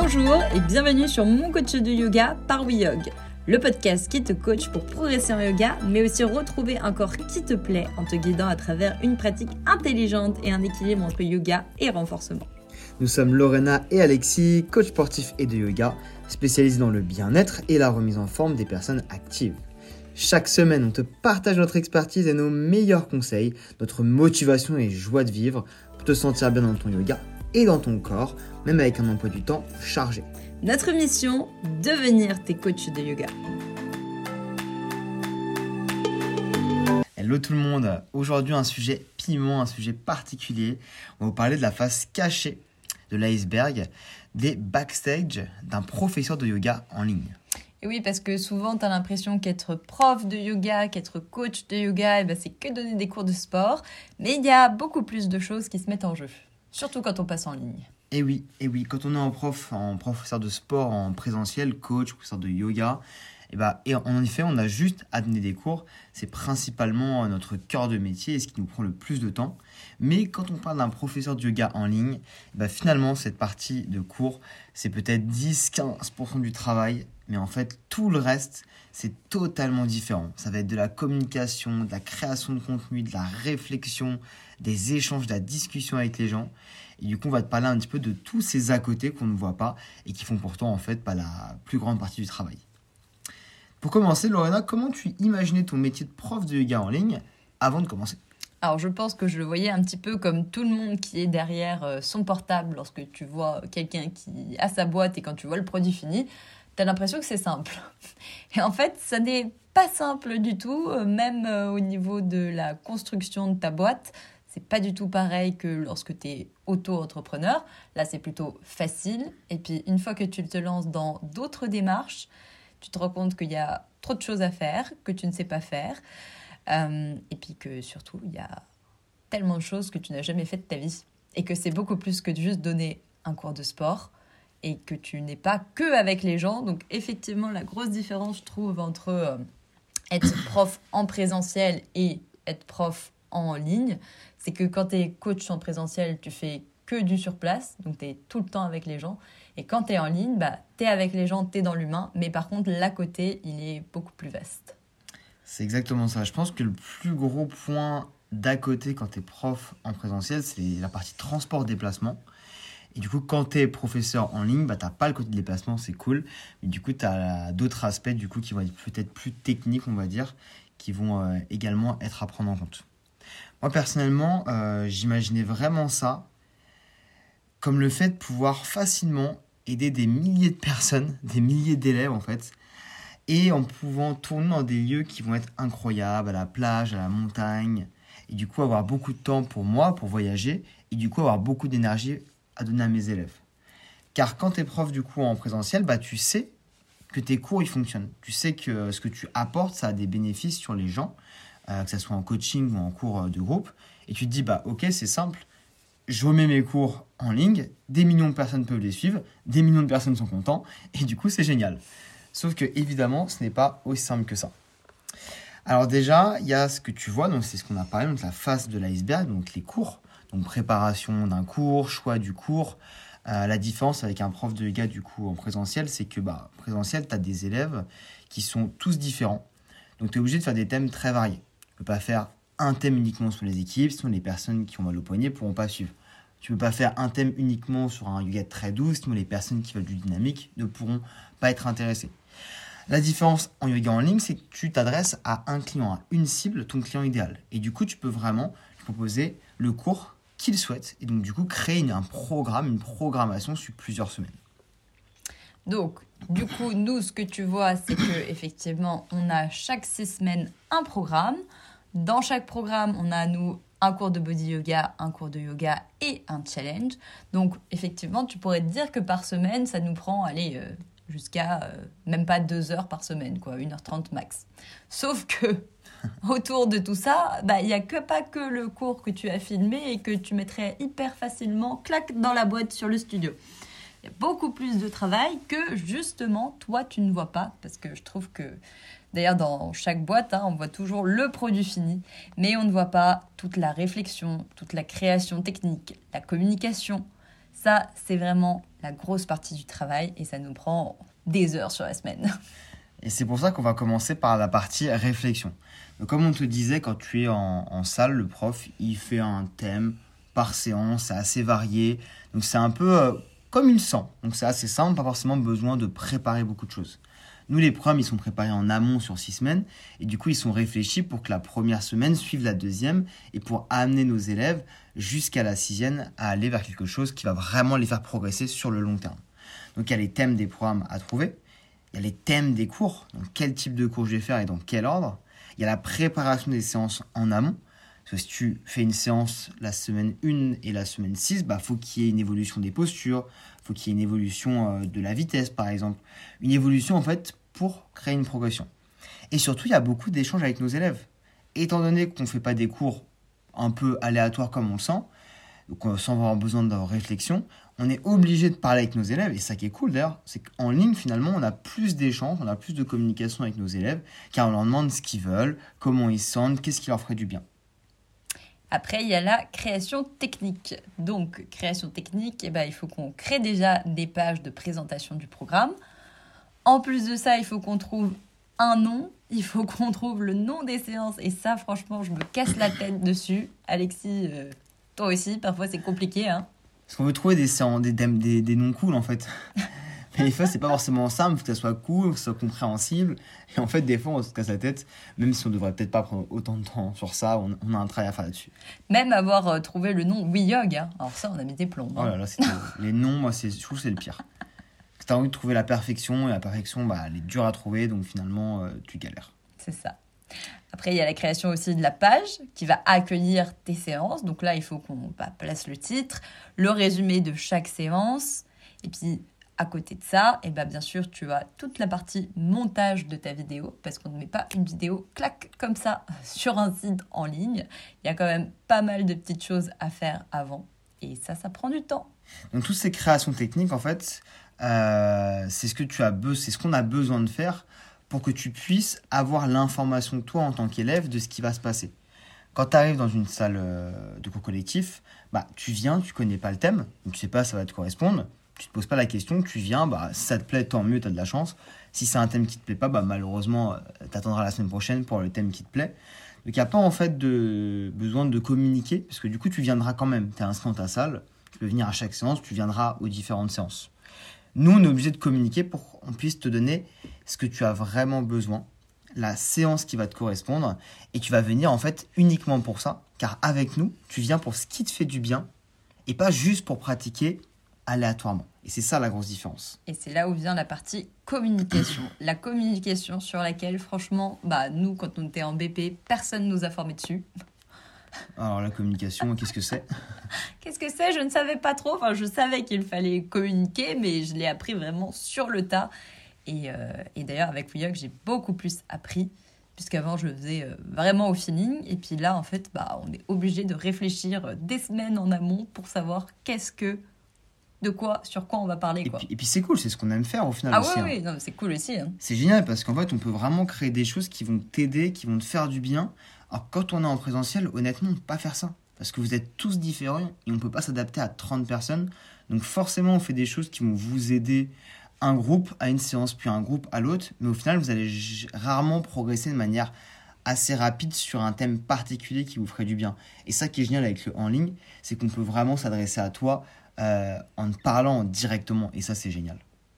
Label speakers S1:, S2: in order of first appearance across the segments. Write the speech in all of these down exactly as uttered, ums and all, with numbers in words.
S1: Bonjour et bienvenue sur Mon Coach de Yoga par WeYog, le podcast qui te coach pour progresser en yoga, mais aussi retrouver un corps qui te plaît en te guidant à travers une pratique intelligente et un équilibre entre yoga et renforcement.
S2: Nous sommes Lorena et Alexis, coach sportifs et de yoga, spécialisés dans le bien-être et la remise en forme des personnes actives. Chaque semaine, on te partage notre expertise et nos meilleurs conseils, notre motivation et joie de vivre pour te sentir bien dans ton yoga et dans ton corps, même avec un emploi du temps chargé.
S1: Notre mission, devenir tes coachs de yoga.
S2: Hello tout le monde, aujourd'hui un sujet piment, un sujet particulier. On va vous parler de la face cachée de l'iceberg, des backstage d'un professeur de yoga en ligne.
S1: Et oui, parce que souvent, tu as l'impression qu'être prof de yoga, qu'être coach de yoga, eh ben, c'est que donner des cours de sport. Mais il y a beaucoup plus de choses qui se mettent en jeu, surtout quand on passe en ligne.
S2: Et oui, et oui, quand on est en prof, en professeur de sport, en présentiel, coach, professeur de yoga, et, bah, et en effet, on a juste à donner des cours. C'est principalement notre cœur de métier et ce qui nous prend le plus de temps. Mais quand on parle d'un professeur de yoga en ligne, bah, finalement, cette partie de cours, c'est peut-être dix à quinze pour cent du travail. Mais en fait, tout le reste, c'est totalement différent. Ça va être de la communication, de la création de contenu, de la réflexion, des échanges, de la discussion avec les gens. Et du coup, on va te parler un petit peu de tous ces à côté qu'on ne voit pas et qui font pourtant en fait pas la plus grande partie du travail. Pour commencer, Lorena, comment tu imaginais ton métier de prof de yoga en ligne avant de commencer ?
S1: Alors, je pense que je le voyais un petit peu comme tout le monde qui est derrière son portable lorsque tu vois quelqu'un qui a sa boîte et quand tu vois le produit fini. T'as l'impression que c'est simple. Et en fait, ça n'est pas simple du tout, même au niveau de la construction de ta boîte. C'est pas du tout pareil que lorsque tu es auto-entrepreneur. Là, c'est plutôt facile. Et puis, une fois que tu te lances dans d'autres démarches, tu te rends compte qu'il y a trop de choses à faire, que tu ne sais pas faire. Euh, et puis que surtout, il y a tellement de choses que tu n'as jamais fait de ta vie. Et que c'est beaucoup plus que de juste donner un cours de sport. Et que tu n'es pas que avec les gens. Donc, effectivement, la grosse différence, je trouve, entre euh, être prof en présentiel et être prof en ligne, c'est que quand tu es coach en présentiel, tu fais que du sur place. Donc, tu es tout le temps avec les gens. Et quand tu es en ligne, bah, tu es avec les gens, tu es dans l'humain. Mais par contre, l'à côté, il est beaucoup plus vaste.
S2: C'est exactement ça. Je pense que le plus gros point d'à côté quand tu es prof en présentiel, c'est la partie transport-déplacement. Et du coup, quand tu es professeur en ligne, bah, tu n'as pas le côté de déplacement, c'est cool. Mais du coup, tu as d'autres aspects du coup, qui vont être peut-être plus techniques, on va dire, qui vont euh, également être à prendre en compte. Moi, personnellement, euh, j'imaginais vraiment ça comme le fait de pouvoir facilement aider des milliers de personnes, des milliers d'élèves en fait, et en pouvant tourner dans des lieux qui vont être incroyables, à la plage, à la montagne, et du coup avoir beaucoup de temps pour moi, pour voyager, et du coup avoir beaucoup d'énergie à donner à mes élèves. Car quand tu es prof du coup en présentiel, bah, tu sais que tes cours ils fonctionnent. Tu sais que ce que tu apportes, ça a des bénéfices sur les gens, euh, que ce soit en coaching ou en cours de groupe. Et tu te dis, bah ok, c'est simple, je remets mes cours en ligne, des millions de personnes peuvent les suivre, des millions de personnes sont contents, et du coup c'est génial. Sauf que évidemment, ce n'est pas aussi simple que ça. Alors déjà, il y a ce que tu vois, donc c'est ce qu'on a parlé, donc la face de l'iceberg, donc les cours. Donc préparation d'un cours, choix du cours. Euh, la différence avec un prof de yoga du coup en présentiel, c'est que bah, en présentiel, tu as des élèves qui sont tous différents. Donc tu es obligé de faire des thèmes très variés. Tu ne peux pas faire un thème uniquement sur les équipes, sinon les personnes qui ont mal au poignet ne pourront pas suivre. Tu ne peux pas faire un thème uniquement sur un yoga très doux, sinon les personnes qui veulent du dynamique ne pourront pas être intéressées. La différence en yoga en ligne, c'est que tu t'adresses à un client, à une cible, ton client idéal. Et du coup, tu peux vraiment lui proposer le cours qu'il souhaite et donc du coup créer une, un programme, une programmation sur plusieurs semaines.
S1: Donc, du coup, nous, ce que tu vois, c'est que effectivement, on a chaque six semaines un programme. Dans chaque programme, on a nous un cours de body yoga, un cours de yoga et un challenge. Donc, effectivement, tu pourrais te dire que par semaine, ça nous prend, allez, euh, jusqu'à euh, même pas deux heures par semaine, quoi, une heure trente max. Sauf que autour de tout ça, bah, il n'y a que, pas que le cours que tu as filmé et que tu mettrais hyper facilement, clac, dans la boîte sur le studio. Il y a beaucoup plus de travail que, justement, toi, tu ne vois pas. Parce que je trouve que, d'ailleurs, dans chaque boîte, hein, on voit toujours le produit fini. Mais on ne voit pas toute la réflexion, toute la création technique, la communication. Ça, c'est vraiment la grosse partie du travail et ça nous prend des heures sur la semaine.
S2: Et c'est pour ça qu'on va commencer par la partie réflexion. Donc, comme on te disait, quand tu es en, en salle, le prof, il fait un thème par séance, c'est assez varié. Donc, c'est un peu euh, comme il sent. Donc, c'est assez simple, pas forcément besoin de préparer beaucoup de choses. Nous, les programmes, ils sont préparés en amont sur six semaines. Et du coup, ils sont réfléchis pour que la première semaine suive la deuxième et pour amener nos élèves jusqu'à la sixième à aller vers quelque chose qui va vraiment les faire progresser sur le long terme. Donc, il y a les thèmes des programmes à trouver. Il y a les thèmes des cours, donc quel type de cours je vais faire et dans quel ordre. Il y a la préparation des séances en amont. Parce que si tu fais une séance la semaine un et la semaine six, bah, faut qu'il y ait une évolution des postures, faut qu'il y ait une évolution euh, de la vitesse par exemple. Une évolution en fait pour créer une progression. Et surtout, il y a beaucoup d'échanges avec nos élèves. Étant donné qu'on ne fait pas des cours un peu aléatoires comme on le sent, donc sans avoir besoin de réflexion, on est obligé de parler avec nos élèves, et ça qui est cool d'ailleurs, c'est qu'en ligne finalement on a plus d'échanges, on a plus de communication avec nos élèves, car on leur demande ce qu'ils veulent, comment ils se sentent, qu'est-ce qui leur ferait du bien.
S1: Après, il y a la création technique. Donc, création technique, eh ben, il faut qu'on crée déjà des pages de présentation du programme. En plus de ça, il faut qu'on trouve un nom, il faut qu'on trouve le nom des séances, et ça franchement, je me casse la tête dessus. Alexis, euh, toi aussi, parfois c'est compliqué, hein.
S2: Parce qu'on veut trouver des, des, des, des noms cool en fait. Mais des fois, c'est pas forcément simple, il faut que ça soit cool, que ça soit compréhensible. Et en fait, des fois, on se casse la tête, même si on devrait peut-être pas prendre autant de temps sur ça, on, on a un travail à faire là-dessus.
S1: Même avoir euh, trouvé le nom WeYog, hein. Alors ça, on a mis des plombs. Hein.
S2: Oh là là, c'est les noms, moi, c'est, je trouve que c'est le pire. Parce que t'as envie de trouver la perfection, et la perfection, bah, elle est dure à trouver, donc finalement, euh, tu galères.
S1: C'est ça. Après, il y a la création aussi de la page qui va accueillir tes séances. Donc là, il faut qu'on bah, place le titre, le résumé de chaque séance. Et puis, à côté de ça, et bah, bien sûr, tu as toute la partie montage de ta vidéo parce qu'on ne met pas une vidéo clac comme ça sur un site en ligne. Il y a quand même pas mal de petites choses à faire avant. Et ça, ça prend du temps.
S2: Donc, toutes ces créations techniques, en fait, euh, c'est ce que tu as be- c'est ce qu'on a besoin de faire pour que tu puisses avoir l'information, toi, en tant qu'élève, de ce qui va se passer. Quand tu arrives dans une salle de cours collectif, bah, tu viens, tu connais pas le thème, donc tu sais pas si ça va te correspondre, tu te poses pas la question, tu viens, bah, si ça te plaît, tant mieux, tu as de la chance. Si c'est un thème qui te plaît pas, bah, malheureusement, tu attendras la semaine prochaine pour le thème qui te plaît. Donc il n'y a pas en fait de besoin de communiquer, parce que du coup, tu viendras quand même, tu es inscrit dans ta salle, tu peux venir à chaque séance, tu viendras aux différentes séances. Nous, on est obligé de communiquer pour qu'on puisse te donner ce que tu as vraiment besoin, la séance qui va te correspondre, et tu vas venir en fait uniquement pour ça, car avec nous, tu viens pour ce qui te fait du bien, et pas juste pour pratiquer aléatoirement. Et c'est ça la grosse différence.
S1: Et c'est là où vient la partie communication. La communication sur laquelle, franchement, bah, nous, quand on était en B P, personne ne nous a formés dessus.
S2: Alors la communication, qu'est-ce que c'est ?
S1: Qu'est-ce que c'est ? Je ne savais pas trop. Enfin, je savais qu'il fallait communiquer, mais je l'ai appris vraiment sur le tas. Et, euh, et d'ailleurs, avec WeYog, j'ai beaucoup plus appris, puisqu'avant, je le faisais euh, vraiment au feeling. Et puis là, en fait, bah, on est obligé de réfléchir des semaines en amont pour savoir qu'est-ce que, de quoi, sur quoi on va parler. Quoi.
S2: Et puis, et puis c'est cool, c'est ce qu'on aime faire au final
S1: ah
S2: aussi.
S1: Ah
S2: hein.
S1: oui, oui, non, c'est cool aussi. Hein.
S2: C'est génial parce qu'en fait, on peut vraiment créer des choses qui vont t'aider, qui vont te faire du bien. Alors quand on est en présentiel, honnêtement, on ne peut pas faire ça. Parce que vous êtes tous différents et on ne peut pas s'adapter à trente personnes. Donc forcément, on fait des choses qui vont vous aider un groupe à une séance, puis un groupe à l'autre. Mais au final, vous allez g- rarement progresser de manière assez rapide sur un thème particulier qui vous ferait du bien. Et ça qui est génial avec le en ligne, c'est qu'on peut vraiment s'adresser à toi euh, en te parlant directement. Et ça, c'est génial.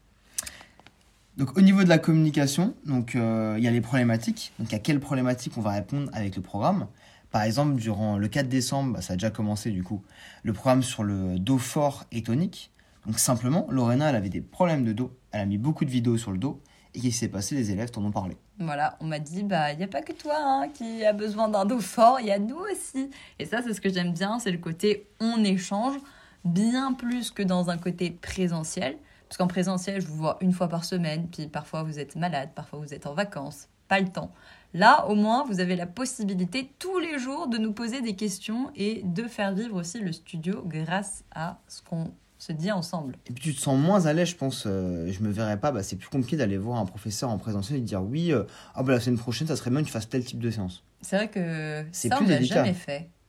S2: Donc au niveau de la communication, donc euh, il y a les problématiques. Donc à quelles problématiques on va répondre avec le programme. Par exemple, durant le quatre décembre, bah, ça a déjà commencé du coup, le programme sur le dos fort et tonique. Donc simplement, Lorena, elle avait des problèmes de dos. Elle a mis beaucoup de vidéos sur le dos. Et qu'est-ce qui s'est passé ? Les élèves t'en ont parlé.
S1: Voilà, on m'a dit, bah, il n'y a pas que toi hein, qui a besoin d'un dos fort, il y a nous aussi. Et ça, c'est ce que j'aime bien, c'est le côté on échange, bien plus que dans un côté présentiel. Parce qu'en présentiel, je vous vois une fois par semaine, puis parfois vous êtes malade, parfois vous êtes en vacances, pas le temps. Là, au moins, vous avez la possibilité tous les jours de nous poser des questions et de faire vivre aussi le studio grâce à ce qu'on se dit ensemble.
S2: Et puis tu te sens moins à l'aise, je pense. Euh, je me verrais pas, bah, c'est plus compliqué d'aller voir un professeur en présentiel et de dire oui, euh, ah, bah, la semaine prochaine, ça serait bien que tu fasses tel type de séance.
S1: C'est vrai que
S2: C'est
S1: ça,
S2: plus
S1: on l'a
S2: délicat.
S1: jamais fait.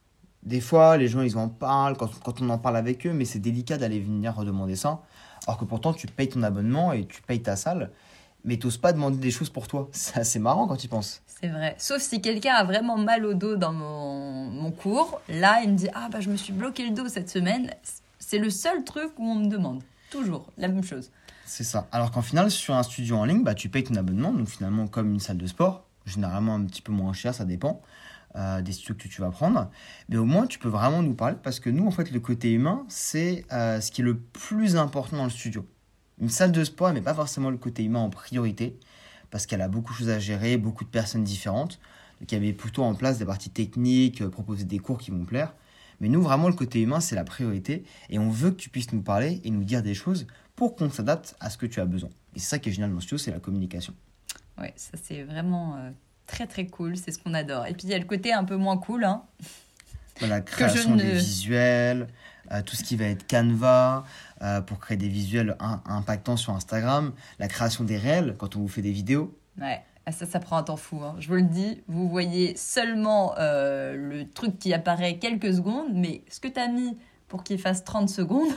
S2: Des fois, les gens, ils en parlent quand, quand on en parle avec eux, mais c'est délicat d'aller venir redemander ça. Alors que pourtant, tu payes ton abonnement et tu payes ta salle, mais tu n'oses pas demander des choses pour toi. C'est assez marrant quand tu y penses.
S1: C'est vrai. Sauf si quelqu'un a vraiment mal au dos dans mon, mon cours. Là, il me dit « Ah, bah, je me suis bloqué le dos cette semaine. » C'est le seul truc où on me demande. Toujours la même chose.
S2: C'est ça. Alors qu'en final, sur un studio en ligne, bah, tu payes ton abonnement, donc finalement comme une salle de sport, généralement un petit peu moins cher, ça dépend euh, des studios que tu vas prendre. Mais au moins, tu peux vraiment nous parler parce que nous, en fait, le côté humain, c'est euh, ce qui est le plus important dans le studio. Une salle de sport, elle met pas forcément le côté humain en priorité parce qu'elle a beaucoup de choses à gérer, beaucoup de personnes différentes. Donc, il y avait plutôt en place des parties techniques, euh, proposer des cours qui vont plaire. Mais nous, vraiment, le côté humain, c'est la priorité. Et on veut que tu puisses nous parler et nous dire des choses pour qu'on s'adapte à ce que tu as besoin. Et c'est ça qui est génial dans le studio, c'est la communication.
S1: Ouais, ça c'est vraiment euh, très très cool, c'est ce qu'on adore. Et puis il y a le côté un peu moins cool, hein.
S2: La création
S1: ne...
S2: des visuels, euh, tout ce qui va être Canva, euh, pour créer des visuels in- impactants sur Instagram, la création des réels, quand on vous fait des vidéos.
S1: Ouais, ah, ça, ça prend un temps fou, hein. Je vous le dis, vous voyez seulement euh, le truc qui apparaît quelques secondes, mais ce que tu as mis pour qu'il fasse trente secondes,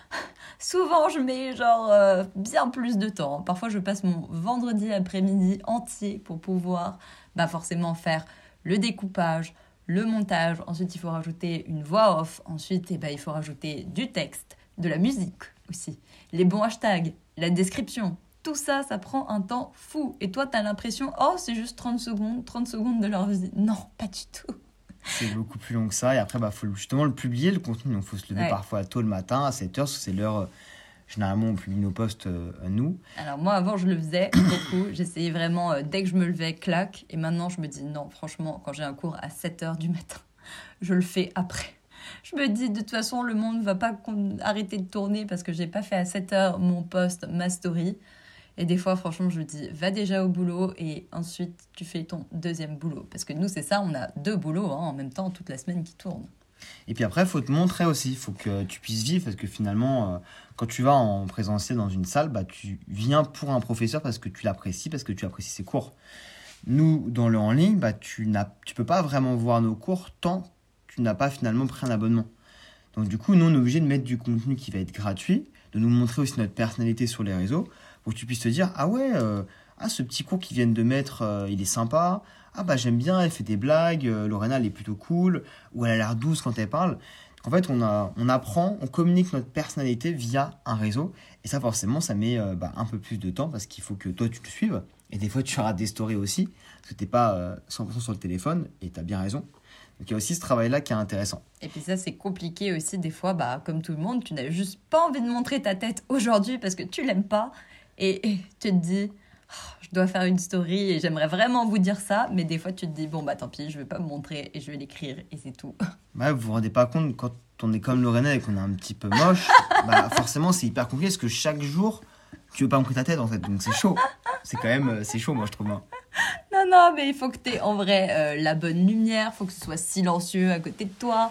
S1: souvent je mets genre euh, bien plus de temps. Parfois je passe mon vendredi après-midi entier pour pouvoir bah, forcément faire le découpage, le montage. Ensuite il faut rajouter une voix off. Ensuite eh ben, il faut rajouter du texte, de la musique aussi, les bons hashtags, la description. Tout ça, ça prend un temps fou. Et toi, tu as l'impression, oh, c'est juste trente secondes, trente secondes de leur vie. Non, pas du tout.
S2: C'est beaucoup plus long que ça. Et après, il bah, faut justement le publier, le contenu. Donc, il faut se lever
S1: Ouais.
S2: parfois tôt le matin, à sept heures, parce que c'est l'heure, euh, généralement, on publie nos posts, euh, nous.
S1: Alors moi, avant, je le faisais beaucoup. J'essayais vraiment, euh, dès que je me levais, clac. Et maintenant, je me dis, non, franchement, quand j'ai un cours à sept heures du matin, je le fais après. Je me dis, de toute façon, le monde ne va pas con- arrêter de tourner parce que je n'ai pas fait à sept heures mon post, ma story. Et des fois, franchement, je me dis, va déjà au boulot et ensuite, tu fais ton deuxième boulot. Parce que nous, c'est ça, on a deux boulots hein, en même temps, toute la semaine qui tourne.
S2: Et puis après, il faut te montrer aussi. Il faut que tu puisses vivre, parce que finalement, euh, quand tu vas en présentiel dans une salle, bah, tu viens pour un professeur parce que tu l'apprécies, parce que tu apprécies ses cours. Nous, dans le en ligne, bah, tu ne tu peux pas vraiment voir nos cours tant que tu n'as pas finalement pris un abonnement. Donc du coup, nous, on est obligé de mettre du contenu qui va être gratuit, de nous montrer aussi notre personnalité sur les réseaux, pour que tu puisses te dire, ah ouais, euh, ah, ce petit cours qu'ils viennent de mettre, euh, il est sympa, ah bah j'aime bien, elle fait des blagues, euh, Lorena, elle est plutôt cool, ou elle a l'air douce quand elle parle. Donc, en fait, on, a, on apprend, on communique notre personnalité via un réseau, et ça forcément, ça met euh, bah, un peu plus de temps, parce qu'il faut que toi, tu le suives, et des fois, tu auras des stories aussi, parce que tu n'es pas euh, cent pour cent sur le téléphone, et tu as bien raison. Donc il y a aussi ce travail-là qui est intéressant.
S1: Et puis ça, c'est compliqué aussi. Des fois, bah, comme tout le monde, tu n'as juste pas envie de montrer ta tête aujourd'hui parce que tu l'aimes pas. Et, et tu te dis, oh, je dois faire une story et j'aimerais vraiment vous dire ça. Mais des fois, tu te dis, bon, bah tant pis, je vais pas me montrer et je vais l'écrire et c'est tout.
S2: Ouais, vous vous rendez pas compte, quand on est comme Lorena et qu'on est un petit peu moche, bah forcément c'est hyper compliqué parce que chaque jour, tu veux pas montrer ta tête en fait. Donc c'est chaud. C'est quand même, euh, c'est chaud moi je trouve. Hein.
S1: Non, non, mais il faut que tu aies en vrai euh, la bonne lumière, il faut que ce soit silencieux à côté de toi.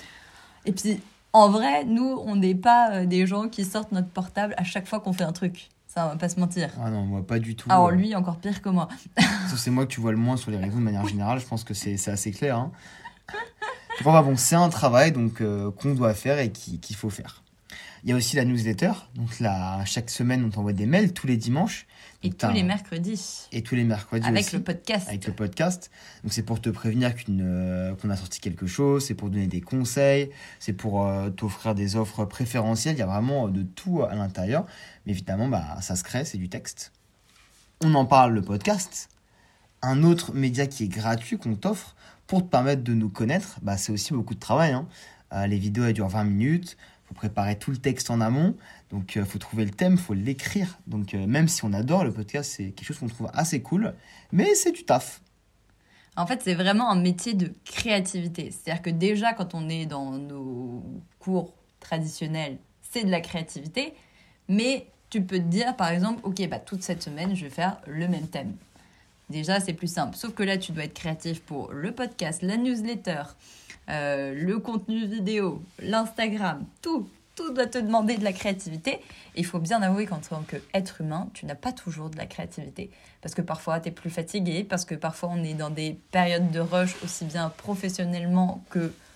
S1: Et puis, en vrai, nous, on n'est pas euh, des gens qui sortent notre portable à chaque fois qu'on fait un truc. Ça, on va pas se mentir.
S2: Ah non, moi pas du tout.
S1: Alors
S2: euh,
S1: lui, encore pire que moi.
S2: Sauf c'est moi que tu vois le moins sur les réseaux de manière générale, je pense que c'est c'est assez clair. Hein. Donc, enfin, bon, c'est un travail donc, euh, qu'on doit faire et qui- qu'il faut faire. Il y a aussi la newsletter. Donc là, chaque semaine, on t'envoie des mails tous les dimanches.
S1: Et
S2: Donc,
S1: tous
S2: t'as
S1: les
S2: un-
S1: mercredis.
S2: Et tous les mercredis
S1: Avec
S2: aussi.
S1: le podcast.
S2: Avec le podcast. Donc c'est pour te prévenir qu'une, euh, qu'on a sorti quelque chose, c'est pour donner des conseils, c'est pour euh, t'offrir des offres préférentielles. Il y a vraiment euh, de tout à l'intérieur. Mais évidemment, bah, ça se crée, c'est du texte. On en parle, le podcast. Un autre média qui est gratuit qu'on t'offre pour te permettre de nous connaître, bah, c'est aussi beaucoup de travail. Hein. Euh, les vidéos, elles durent vingt minutes. Il faut préparer tout le texte en amont. Donc, il euh, faut trouver le thème, il faut l'écrire. Donc, euh, même si on adore le podcast, c'est quelque chose qu'on trouve assez cool. Mais c'est du taf.
S1: En fait, c'est vraiment un métier de créativité. C'est-à-dire que déjà, quand on est dans nos cours traditionnels, c'est de la créativité. Mais tu peux te dire, par exemple, ok, bah, toute cette semaine, je vais faire le même thème. Déjà, c'est plus simple. Sauf que là, tu dois être créatif pour le podcast, la newsletter, euh, le contenu vidéo, l'Instagram, tout. Tout doit te demander de la créativité. Et il faut bien avouer qu'en tant qu'être humain, tu n'as pas toujours de la créativité. Parce que parfois, tu es plus fatigué, parce que parfois, on est dans des périodes de rush, aussi bien professionnellement que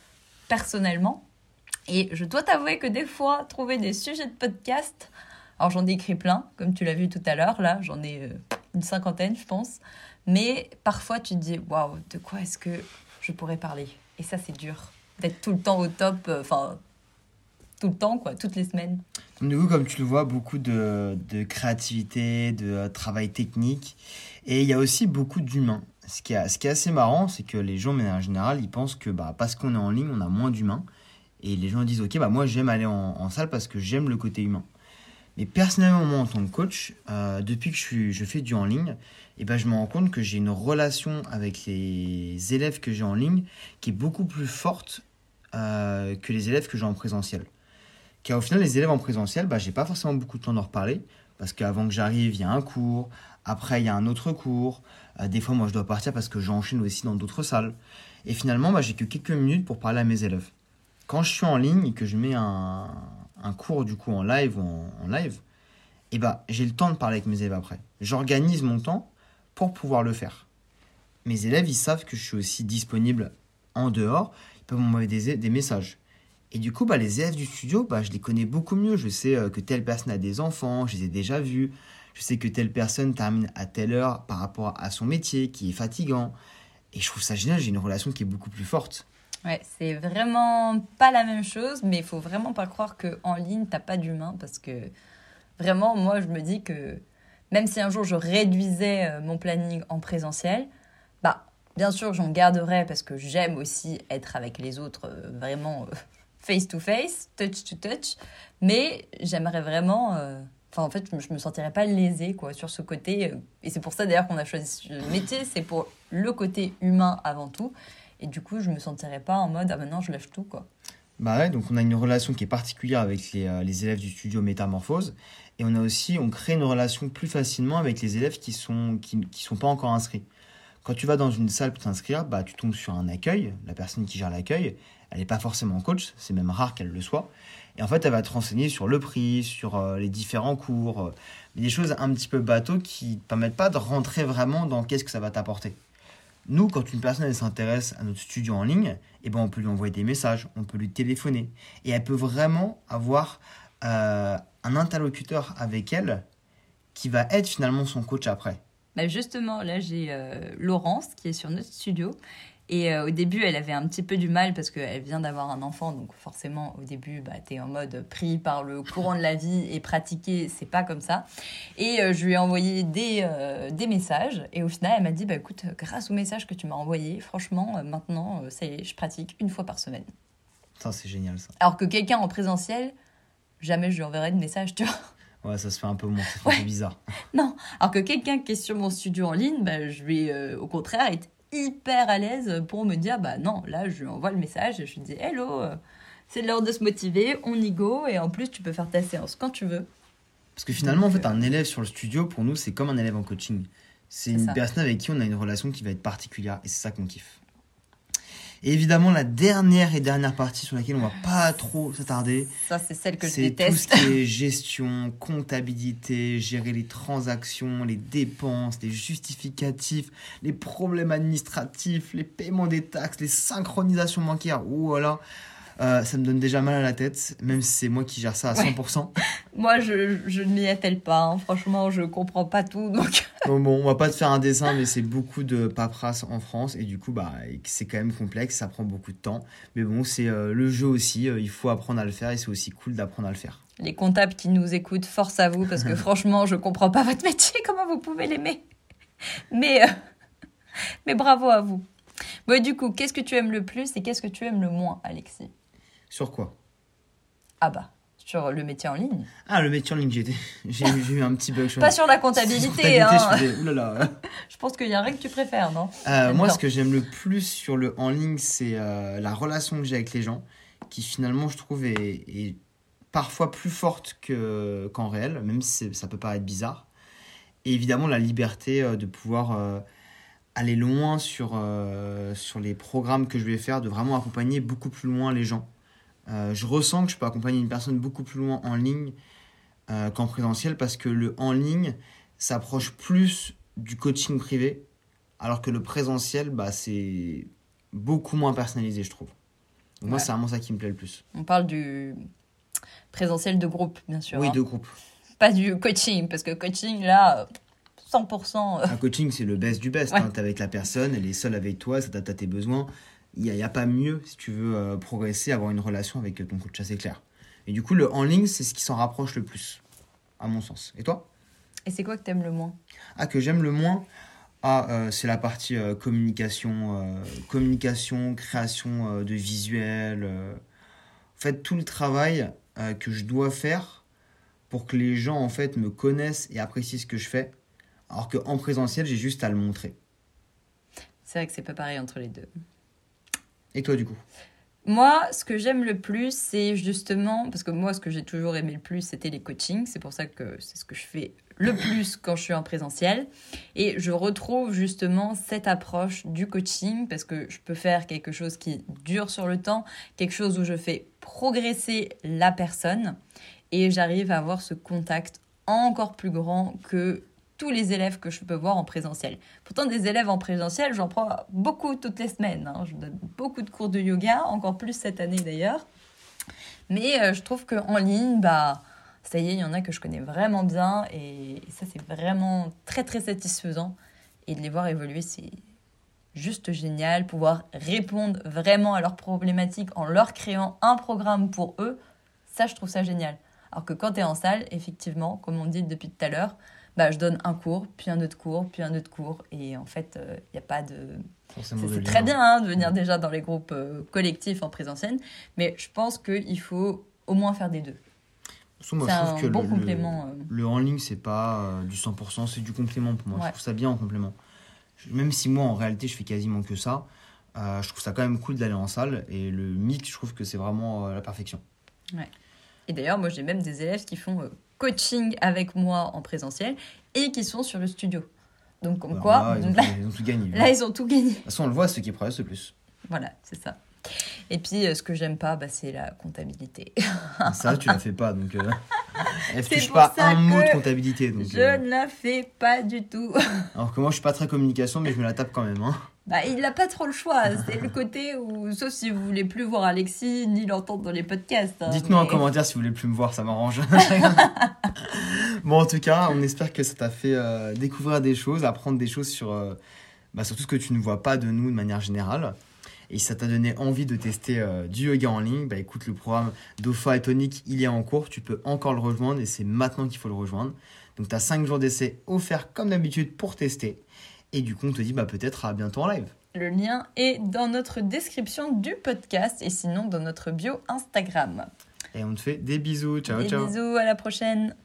S1: personnellement. Et je dois t'avouer que des fois, trouver des sujets de podcast, alors j'en ai écrit plein, comme tu l'as vu tout à l'heure, là, j'en ai euh, une cinquantaine, je pense. Mais parfois, tu te dis, waouh, de quoi est-ce que je pourrais parler ? Et ça, c'est dur, d'être tout le temps au top, enfin, euh, tout le temps, quoi, toutes les semaines.
S2: Du coup, comme tu le vois, beaucoup de, de créativité, de euh, travail technique. Et il y a aussi beaucoup d'humains. Ce qui est, ce qui est assez marrant, c'est que les gens, mais en général, ils pensent que bah, parce qu'on est en ligne, on a moins d'humains. Et les gens disent, ok, bah, moi, j'aime aller en, en salle parce que j'aime le côté humain. Mais personnellement, moi, en tant que coach, euh, depuis que je, suis, je fais du en ligne, eh ben, je me rends compte que j'ai une relation avec les élèves que j'ai en ligne qui est beaucoup plus forte euh, que les élèves que j'ai en présentiel. Car au final, les élèves en présentiel, bah, j'ai pas forcément beaucoup de temps d'en reparler, parce qu'avant que j'arrive, il y a un cours, après il y a un autre cours, euh, des fois moi je dois partir parce que j'enchaîne aussi dans d'autres salles. Et finalement, bah, j'ai que quelques minutes pour parler à mes élèves. Quand je suis en ligne et que je mets un, un cours du coup en live ou en, en live, et bah, j'ai le temps de parler avec mes élèves après. J'organise mon temps pour pouvoir le faire. Mes élèves, ils savent que je suis aussi disponible en dehors, ils peuvent m'envoyer des, des messages. Et du coup, bah, les élèves du studio, bah, je les connais beaucoup mieux. Je sais euh, que telle personne a des enfants, je les ai déjà vus. Je sais que telle personne termine à telle heure par rapport à son métier, qui est fatigant. Et je trouve ça génial, j'ai une relation qui est beaucoup plus forte.
S1: Ouais, c'est vraiment pas la même chose, mais il faut vraiment pas croire qu'en ligne, t'as pas d'humain, parce que vraiment, moi, je me dis que même si un jour je réduisais euh, mon planning en présentiel, bah, bien sûr, j'en garderais parce que j'aime aussi être avec les autres euh, vraiment euh, face to face, touch to touch, mais j'aimerais vraiment... euh, Enfin, en fait, je me, je me sentirais pas lésée, quoi, sur ce côté. euh, Et c'est pour ça, d'ailleurs, qu'on a choisi ce métier. C'est pour le côté humain avant tout. Et du coup, je me sentirais pas en mode, ah maintenant, je lâche tout, quoi.
S2: Bah ouais, donc on a une relation qui est particulière avec les, euh, les élèves du studio Métamorphose. Et on a aussi, on crée une relation plus facilement avec les élèves qui sont, qui, qui sont pas encore inscrits. Quand tu vas dans une salle pour t'inscrire, bah, tu tombes sur un accueil. La personne qui gère l'accueil, elle n'est pas forcément coach, c'est même rare qu'elle le soit. Et en fait, elle va te renseigner sur le prix, sur euh, les différents cours, euh, des choses un petit peu bateaux qui ne permettent pas de rentrer vraiment dans qu'est-ce que ça va t'apporter. Nous, quand une personne elle s'intéresse à notre studio en ligne, eh ben, on peut lui envoyer des messages, on peut lui téléphoner. Et elle peut vraiment avoir euh, un interlocuteur avec elle qui va être finalement son coach après.
S1: Bah justement, là, j'ai euh, Laurence qui est sur notre studio. Et euh, au début, elle avait un petit peu du mal parce qu'elle vient d'avoir un enfant. Donc forcément, au début, bah, tu es en mode pris par le courant de la vie et pratiquer, c'est pas comme ça. Et euh, je lui ai envoyé des, euh, des messages. Et au final, elle m'a dit, bah, écoute, grâce aux messages que tu m'as envoyés, franchement, euh, maintenant, euh, ça y est, je pratique une fois par semaine.
S2: Ça, c'est génial, ça.
S1: Alors que quelqu'un en présentiel, jamais je lui enverrai de message, tu vois.
S2: Ouais, ça se fait un peu moins, ça fait
S1: Ouais.
S2: un peu bizarre.
S1: Non, alors que quelqu'un qui est sur mon studio en ligne, bah, je vais euh, au contraire être hyper à l'aise pour me dire, bah non, là je lui envoie le message et je lui dis, hello, euh, c'est l'heure de se motiver, on y go, et en plus tu peux faire ta séance quand tu veux.
S2: Parce que finalement, en
S1: Donc,
S2: fait, un élève sur le studio, pour nous, c'est comme un élève en coaching. C'est
S1: C'est
S2: une
S1: ça.
S2: personne avec qui on a une relation qui va être particulière et c'est ça qu'on kiffe. Et évidemment, la dernière et dernière partie sur laquelle on va pas trop s'attarder,
S1: Ça, c'est celle que je
S2: c'est tout
S1: déteste.
S2: ce qui est gestion, comptabilité, gérer les transactions, les dépenses, les justificatifs, les problèmes administratifs, les paiements des taxes, les synchronisations bancaires. Oh voilà, euh, ça me donne déjà mal à la tête, même si c'est moi qui gère ça à cent pour cent.
S1: Moi, je, je ne m'y attelle pas, hein. Franchement, je comprends pas tout, donc...
S2: Bon, bon, on va pas te faire un dessin, mais c'est beaucoup de paperasse en France et du coup, bah, c'est quand même complexe, ça prend beaucoup de temps. Mais bon, c'est euh, le jeu aussi, euh, il faut apprendre à le faire et c'est aussi cool d'apprendre à le faire.
S1: Les comptables qui nous écoutent, force à vous, parce que franchement, je comprends pas votre métier, comment vous pouvez l'aimer. Mais, euh, mais bravo à vous. Bon, et du coup, qu'est-ce que tu aimes le plus et qu'est-ce que tu aimes le moins, Alexis?
S2: Sur quoi?
S1: Ah bah, sur le métier en ligne.
S2: Ah, le métier en ligne, j'ai, été- j'ai, eu- j'ai eu un petit bug.
S1: Pas sur la comptabilité, hein.
S2: je faisais, oulala.
S1: Je pense qu'il y a rien que tu préfères, non?
S2: Euh, moi,
S1: Non.
S2: ce que j'aime le plus sur le en ligne, c'est euh, la relation que j'ai avec les gens, qui finalement, je trouve, est, est parfois plus forte que, qu'en réel, même si c'est- ça peut paraître bizarre. Et évidemment, la liberté euh, de pouvoir euh, aller loin sur, euh, sur les programmes que je vais faire, de vraiment accompagner beaucoup plus loin les gens. Euh, je ressens que je peux accompagner une personne beaucoup plus loin en ligne euh, qu'en présentiel parce que le en ligne s'approche plus du coaching privé, alors que le présentiel, bah, c'est beaucoup moins personnalisé, je trouve. Donc moi,
S1: Ouais.
S2: c'est vraiment ça qui me plaît le plus.
S1: On parle du présentiel de groupe, bien sûr.
S2: Oui,
S1: hein.
S2: de groupe.
S1: Pas du coaching, parce que coaching, là, euh, cent pour cent. euh,
S2: Un coaching, c'est le best du best.
S1: Ouais.
S2: Hein. T'es avec la personne, elle est seule avec toi, ça t'adapte à tes besoins. Il n'y a, il y a pas mieux si tu veux euh, progresser, avoir une relation avec ton coach, ça c'est clair. Et du coup, le en ligne, c'est ce qui s'en rapproche le plus, à mon sens. Et toi?
S1: Et c'est quoi que t'aimes le moins?
S2: Ah, que j'aime le moins, ah, euh, c'est la partie euh, communication, euh, communication, création euh, de visuels. euh. En fait, tout le travail euh, que je dois faire pour que les gens en fait me connaissent et apprécient ce que je fais, alors qu'en présentiel, j'ai juste à le montrer.
S1: C'est vrai que c'est pas pareil entre les deux.
S2: Et toi, du coup?
S1: Moi, ce que j'aime le plus, c'est justement, parce que moi, ce que j'ai toujours aimé le plus, c'était les coachings. C'est pour ça que c'est ce que je fais le plus quand je suis en présentiel. Et je retrouve justement cette approche du coaching, parce que je peux faire quelque chose qui dure sur le temps, quelque chose où je fais progresser la personne, et j'arrive à avoir ce contact encore plus grand que tous les élèves que je peux voir en présentiel. Pourtant, des élèves en présentiel, j'en prends beaucoup toutes les semaines. hein. Je donne beaucoup de cours de yoga, encore plus cette année d'ailleurs. Mais euh, je trouve qu'en ligne, bah, ça y est, il y en a que je connais vraiment bien. Et ça, c'est vraiment très, très satisfaisant. Et de les voir évoluer, c'est juste génial. Pouvoir répondre vraiment à leurs problématiques en leur créant un programme pour eux, ça, je trouve ça génial. Alors que quand tu es en salle, effectivement, comme on dit depuis tout à l'heure, bah, je donne un cours, puis un autre cours, puis un autre cours. Et en fait, il euh, n'y a pas de...
S2: Forcément
S1: C'est,
S2: de
S1: c'est
S2: lien.
S1: très bien hein, de venir déjà dans les groupes euh, collectifs en présentiel, mais je pense qu'il faut au moins faire des deux.
S2: Parce que moi,
S1: C'est
S2: je trouve
S1: un
S2: que
S1: bon
S2: le,
S1: complément. euh.
S2: le, le en ligne, c'est pas euh, du cent pour cent, c'est du complément pour moi.
S1: Ouais.
S2: Je trouve ça bien en complément. Je- Même si moi, en réalité, je fais quasiment que ça, euh, je trouve ça quand même cool d'aller en salle. Et le mix, je trouve que c'est vraiment euh, la perfection.
S1: Et d'ailleurs, moi, j'ai même des élèves qui font euh, coaching avec moi en présentiel et qui sont sur le studio. Donc, comme
S2: Alors
S1: quoi,
S2: là, ils, ont
S1: là,
S2: tout, ils ont tout gagné.
S1: là, ils ont tout gagné.
S2: De toute façon, on le voit, ceux qui progressent le plus.
S1: Voilà, c'est ça. Et puis, euh, ce que j'aime pas, bah, c'est la comptabilité.
S2: Ça, tu la fais pas. Donc, euh, elle
S1: C'est
S2: touche
S1: pour
S2: pas
S1: ça
S2: un mot de
S1: que
S2: comptabilité. Donc,
S1: Je
S2: euh,
S1: ne la fais pas du tout.
S2: alors que moi, je suis pas très communication, mais je me la tape quand même. Hein.
S1: Bah, il n'a pas trop le choix. C'est le côté où, sauf si vous voulez plus voir Alexis ni l'entendre dans les podcasts. hein,
S2: Dites-nous en
S1: mais-
S2: commentaire si vous voulez plus me voir, ça m'arrange. Bon, en tout cas, on espère que ça t'a fait euh, découvrir des choses, apprendre des choses sur, euh, bah, sur tout ce que tu ne vois pas de nous de manière générale. Et si ça t'a donné envie de tester euh, du yoga en ligne, bah, écoute, le programme d'Opha et Tonic, il est en cours. Tu peux encore le rejoindre et c'est maintenant qu'il faut le rejoindre. Donc, tu as cinq jours d'essai offerts comme d'habitude pour tester. Et du coup, on te dit bah, peut-être à bientôt en live.
S1: Le lien est dans notre description du podcast et sinon dans notre bio Instagram.
S2: Et on te fait des bisous. Ciao,
S1: Des
S2: ciao.
S1: bisous, à la prochaine.